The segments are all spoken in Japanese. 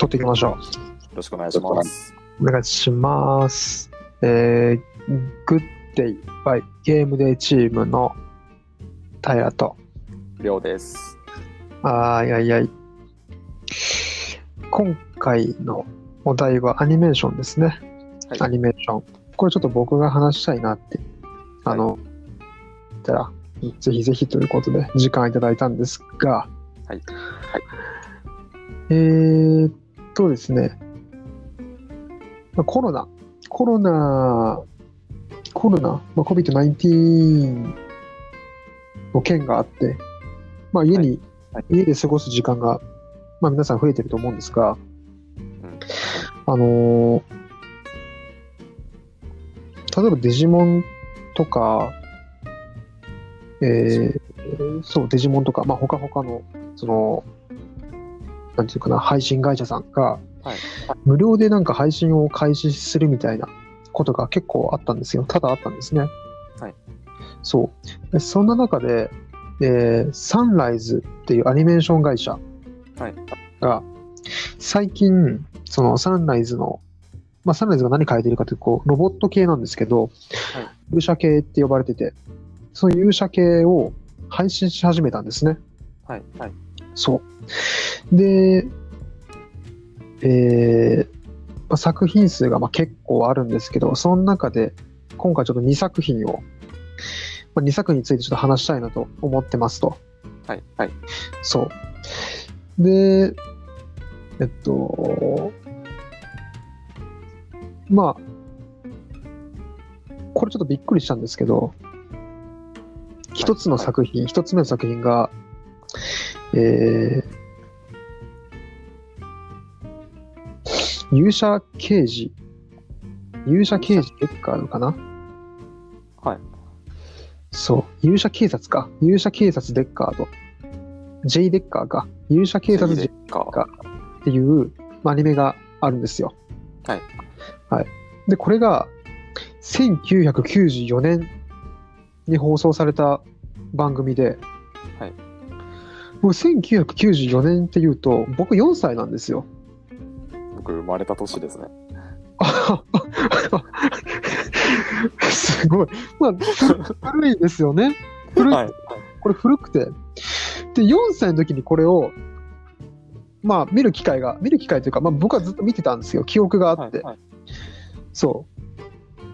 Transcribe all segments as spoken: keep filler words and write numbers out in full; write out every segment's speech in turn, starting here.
撮っていきましょう。 よろしくお願いします。 お願いします。えー、グッデイバイゲームデイチームの平とりょうです。 あーいやいやい。今回のお題はアニメーションですね。はい、アニメーション。これちょっと僕が話したいなって、あの、はい、言ったら、ぜひぜひということで時間いただいたんですが、はい。はい、えーっとですね、コロナ、コロナ、コロナ、まあ、コビッドナインティーン の件があって、まあ、家に、はい、家で過ごす時間が、まあ、皆さん増えてると思うんですが、うん、あのー、例えばデジモンとか、えー、そうデジモンとか、まあ、他々のそのなんていうかな配信会社さんが、はい、無料でなんか配信を開始するみたいなことが結構あったんですよ。ただあったんですね。はい、そうでそんな中で、えー、サンライズっていうアニメーション会社が最近そのサンライズのまあ、サンライズが何変えてるかというとこうロボット系なんですけど、はい、勇者系って呼ばれてて、その勇者系を配信し始めたんですね。はいはい。そう。で、えーまあ、作品数がまあ結構あるんですけど、その中で今回ちょっとにさく品を、まあ、にさくについてちょっと話したいなと思ってますと。はいはい。そう。で、えっと、まあ、これちょっとびっくりしたんですけど、一つの作品、一、はい、つ目の作品が、えー、勇者刑事、勇者刑事デッカードかな？はい。そう、勇者警察か。勇者警察デッカード。J デッカーか。勇者警察デッカーっていう、まあ、アニメがあるんですよ。はい。はい。で、これがせんきゅうひゃくきゅうじゅうよねんに放送された番組で、はい。もうせんきゅうひゃくきゅうじゅうよねんっていうと、僕よんさいなんですよ。 僕生まれた年ですね。 すごい。まあ、古いですよね。古い。はい、これ古くて。で、よんさいの時にこれを、まあ、見る機会が、見る機会というか、まあ、僕はずっと見てたんですよ。記憶があって。はいはい、そう。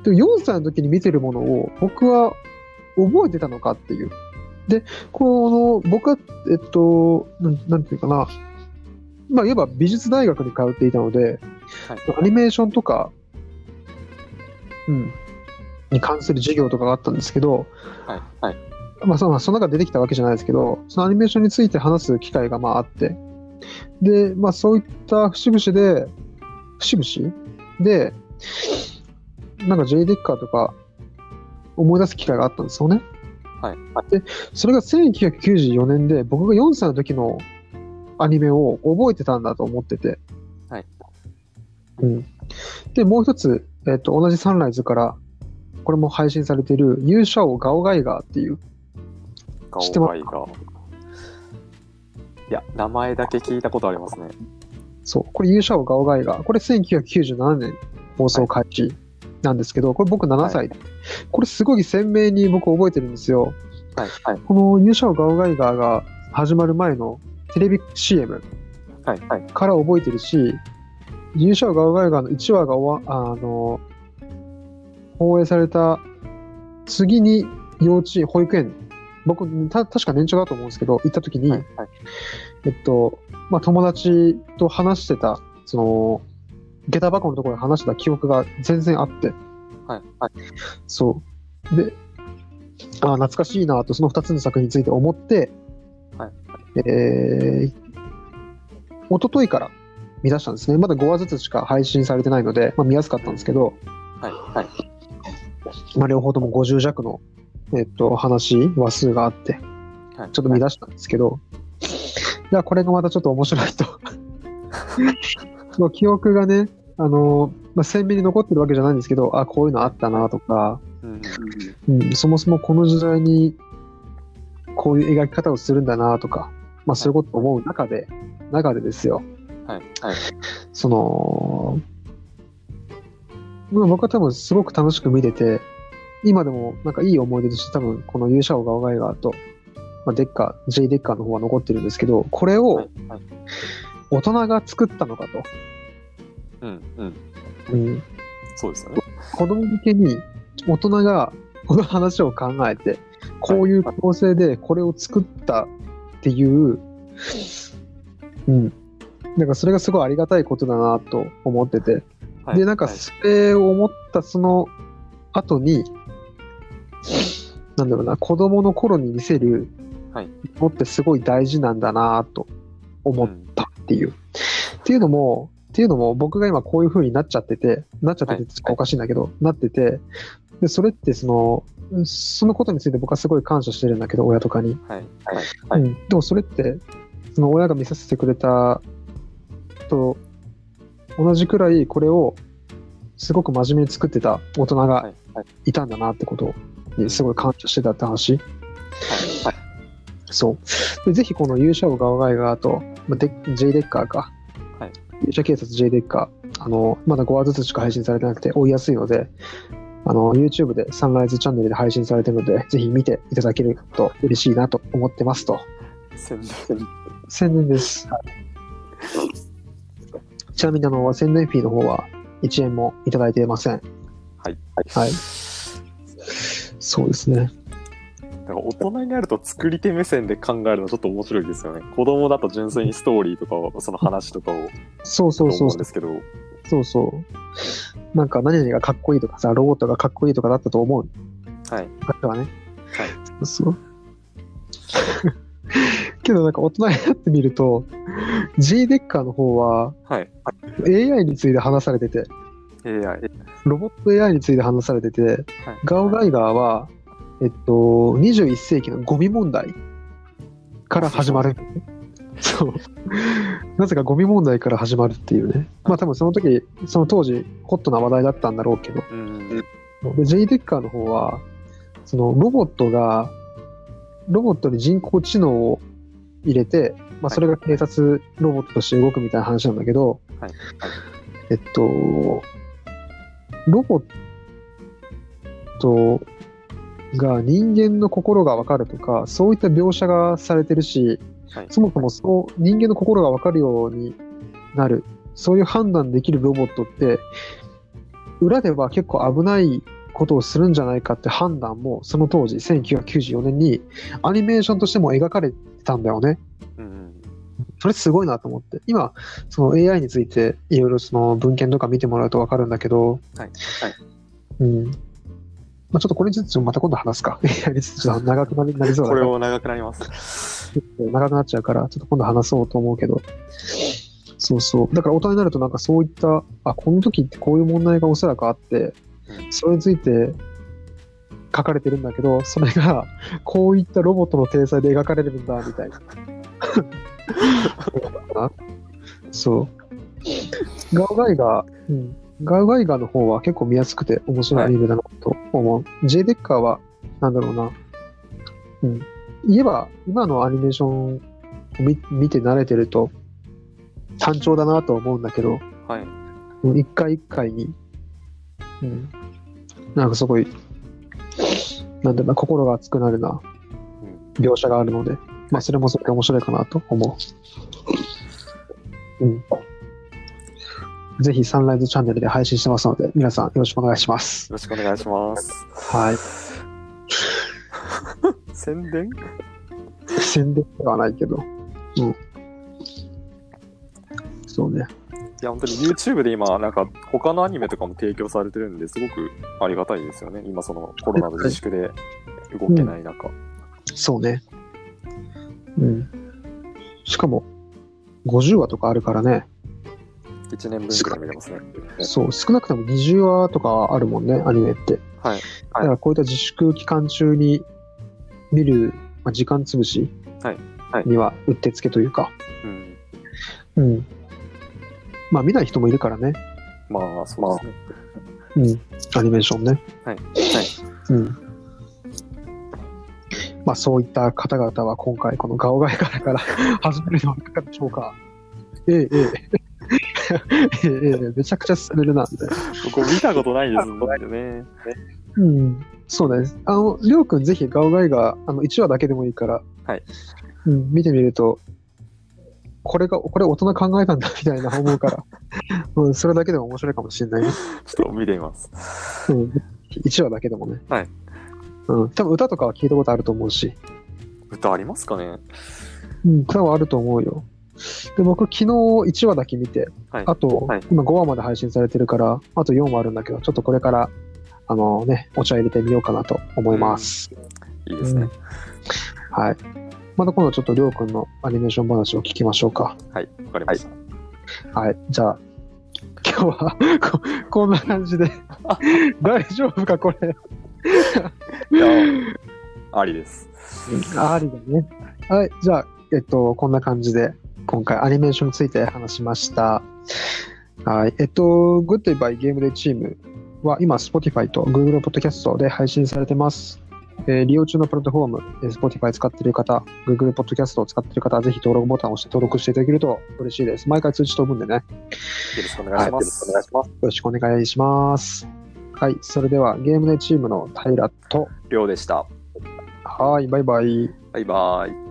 でもよんさいの時に見てるものを僕は覚えてたのかっていう。で、この、僕は、えっと、なん、なんていうかな。まあ、いわば美術大学に通っていたので、はい、アニメーションとか、うん、に関する授業とかがあったんですけど、はいはい、まあ、その、その中で出てきたわけじゃないですけど、そのアニメーションについて話す機会がまああって、で、まあ、そういった節々で、節々で、なんか J デッカーとか思い出す機会があったんですよね。はい。で、それがせんきゅうひゃくきゅうじゅうよねんで、僕がよんさいの時のアニメを覚えてたんだと思ってて。はい。うん。で、もう一つ、えっと、同じサンライズから、これも配信されている、勇者王ガオガイガーっていう。 ガオガイガー。いや、名前だけ聞いたことありますね。 そう。これ勇者王ガオガイガー。これせんきゅうひゃくきゅうじゅうななねん放送開始。はいなんですけど、これ僕ななさいで、はい、これすごい鮮明に僕覚えてるんですよ。はいはい、この勇者王ガオガイガーが始まる前のテレビ シーエム から覚えてるし、勇者王ガオガイガーのいちわがおあの放映された次に幼稚園、保育園、僕た確か年長だと思うんですけど、行った時に、はいはい、えっと、まあ、友達と話してた、その、下駄箱のところで話した記憶が全然あって、はいはい、そうで、あ懐かしいなとそのふたつの作品について思って、はいはい、えー、一昨日から見出したんですね。まだごわずつしか配信されてないので、まあ、見やすかったんですけど、はいはいまあ、両方ともごじゅう弱の、えっと、話話数があって、はい、ちょっと見出したんですけど、はい、いやこれがまたちょっと面白いとその記憶がねあのまあ、鮮明に残ってるわけじゃないんですけど、あこういうのあったなとか、うんうん、そもそもこの時代にこういう描き方をするんだなとか、まあ、そういうことを思う中で、中でですよ、 はいはい、 その、まあ、僕は多分すごく楽しく見てて、今でもなんかいい思い出として多分この勇者王ガオガイガーと、まあ、デッカー、J デッカーの方は残ってるんですけど、これを大人が作ったのかと。 うんうんうん、 そうですよね。 子供向けに大人がこの話を考えて、こういう構成でこれを作ったっていう、うん。なんかそれがすごいありがたいことだなと思ってて。はい、で、なんかそれを思ったその後に、なんだろうな、子供の頃に見せるものってすごい大事なんだなと思ったっていう。うん、っていうのも、っていうのも僕が今こういう風になっちゃってて、なっちゃってておかしいんだけど、はい、なってて、で、それってその、そのことについて僕はすごい感謝してるんだけど、親とかに。はいはいはい、うん。でもそれって、その親が見させてくれたと同じくらいこれをすごく真面目に作ってた大人がいたんだなってことにすごい感謝してたって話。はいはい、そう。でぜひこの勇者王ガオガイガーと、まあ、J デッカーか。はい、勇者警察 J デッカー。あの、まだごわずつしか配信されてなくて追いやすいので、あの、YouTube でサンライズチャンネルで配信されているので、ぜひ見ていただけると嬉しいなと思ってますと。 宣伝。 宣伝です。はい、ちなみにあの、宣伝フィーの方はいちえんもいただいていません。はい。はい。そうですね。 だから大人になると作り手目線で考えるのちょっと面白いですよね。子供だと純粋にストーリーとかを、その話とかを。 そうそうそう。 思うんですけど。 そうそう。なんか何々がかっこいいとかさ、ロボットがかっこいいとかだったと思う。はい。だからね。はい。そうそう。けどなんか大人になってみると、J デッカーの方は、はい、エーアイ について話されてて、エーアイ ロボット エーアイ について話されてて、はい、ガオガイガーは、えっと、にじゅういっ世紀のゴミ問題から始まる。そう。なぜかゴミ問題から始まるっていうね。まあ多分その時、その当時、ホットな話題だったんだろうけど。うん、で、J デッカーの方は、そのロボットが、ロボットに人工知能を入れて、まあそれが警察ロボットとして動くみたいな話なんだけど、はいはい、えっと、ロボットが人間の心が分かるとか、そういった描写がされてるし、はい、そもそもそう人間の心が分かるようになる、そういう判断できるロボットって、裏では結構危ないことをするんじゃないかって判断も、その当時、せんきゅうひゃくきゅうじゅうよねんにアニメーションとしても描かれてたんだよね。うん、それすごいなと思って。今、その エーアイ についていろいろその文献とか見てもらうと分かるんだけど、はいはい、うんまあ、ちょっとこれについてまた今度話すか。エーアイ についてちょっと長くなりそうだから。 これも長くなります。 長くなっちゃうから、ちょっと今度話そうと思うけど。そうそう。だから大人になるとなんかそういった、あ、この時ってこういう問題がおそらくあって、それについて書かれてるんだけど、それがこういったロボットの体裁で描かれるんだ、みたいな。そう。ガオガイガー、うん。ガウガイガーの方は結構見やすくて面白いアニメだなと思う。はい、J デッカーは、なんだろうな。うん。言えば、今のアニメーションを 見, 見て慣れてると、単調だなと思うんだけど、はい。一回一回に、うん。なんかすごい、なんだろうな、心が熱くなるな、描写があるので、まあそれもそれで面白いかなと思う。うん。ぜひサンライズチャンネルで配信してますので、皆さんよろしくお願いします。 よろしくお願いします。 はい。 宣伝宣伝ではないけど。うん。そうね。 いや、本当に YouTube で今、なんか他のアニメとかも提供されてるんで、すごくありがたいですよね。今、そのコロナの自粛で動けない中。うん、 そうね。うん。しかも、ごじゅうわとかあるからね。 いちねんぶんくらい見れますね。 そう、少なくともにじゅうわとかあるもんね、アニメって。はい。だからこういった自粛期間中に見る、まあ、時間つぶしにはうってつけというか。うん。うん。まあ見ない人もいるからね。 まあ、そうですね。 うん。アニメーションね。はい。はい。うん。まあそういった方々は今回このガオガイガーから始めるのはいかがでしょうか。 ええ、ええ。ええ、ええ、めちゃくちゃ進めるな、みたいな。 僕見たことないですもんね。 うん。そうです。あの、りょうくんぜひガオガイガー、あの、いちわだけでもいいから、 はい。 うん、見てみると、これが、これ大人考えたんだみたいな思うから、うん、それだけでも面白いかもしれないね。 ちょっと見てみます。 うん。いちわだけでもね。 はい。 うん。多分歌とかは聞いたことあると思うし。 歌ありますかね？ うん、歌はあると思うよ。で、僕、昨日いちわだけ見て、はい、あと、はい、今ごわまで配信されてるから、あとよんわあるんだけど、ちょっとこれから、あのね、お茶入れてみようかなと思います。 うん、いいですね、 うん。はい。また今度ちょっとりょうくんのアニメーション話を聞きましょうか。 はい、わかりました。 はい。はい、じゃあ、今日はこ、こんな感じで、大丈夫か、これ。 いや、ありです。 ありだね。はい。じゃあ、えっと、こんな感じで、今回アニメーションについて話しました。はい。えっと、Good Day by Game Day チームは今、Spotify と Google Podcast で配信されてます。えー、利用中のプラットフォーム、Spotify 使っている方、Google Podcast を使っている方は、ぜひ登録ボタンを押して登録していただけると嬉しいです。毎回通知飛ぶんでね。よろしくお願いします。 はい、よろしくお願いします。はい。それでは、ゲームデーチームの平と、 りょうでした。 はい。バイバイ。 バイバイ。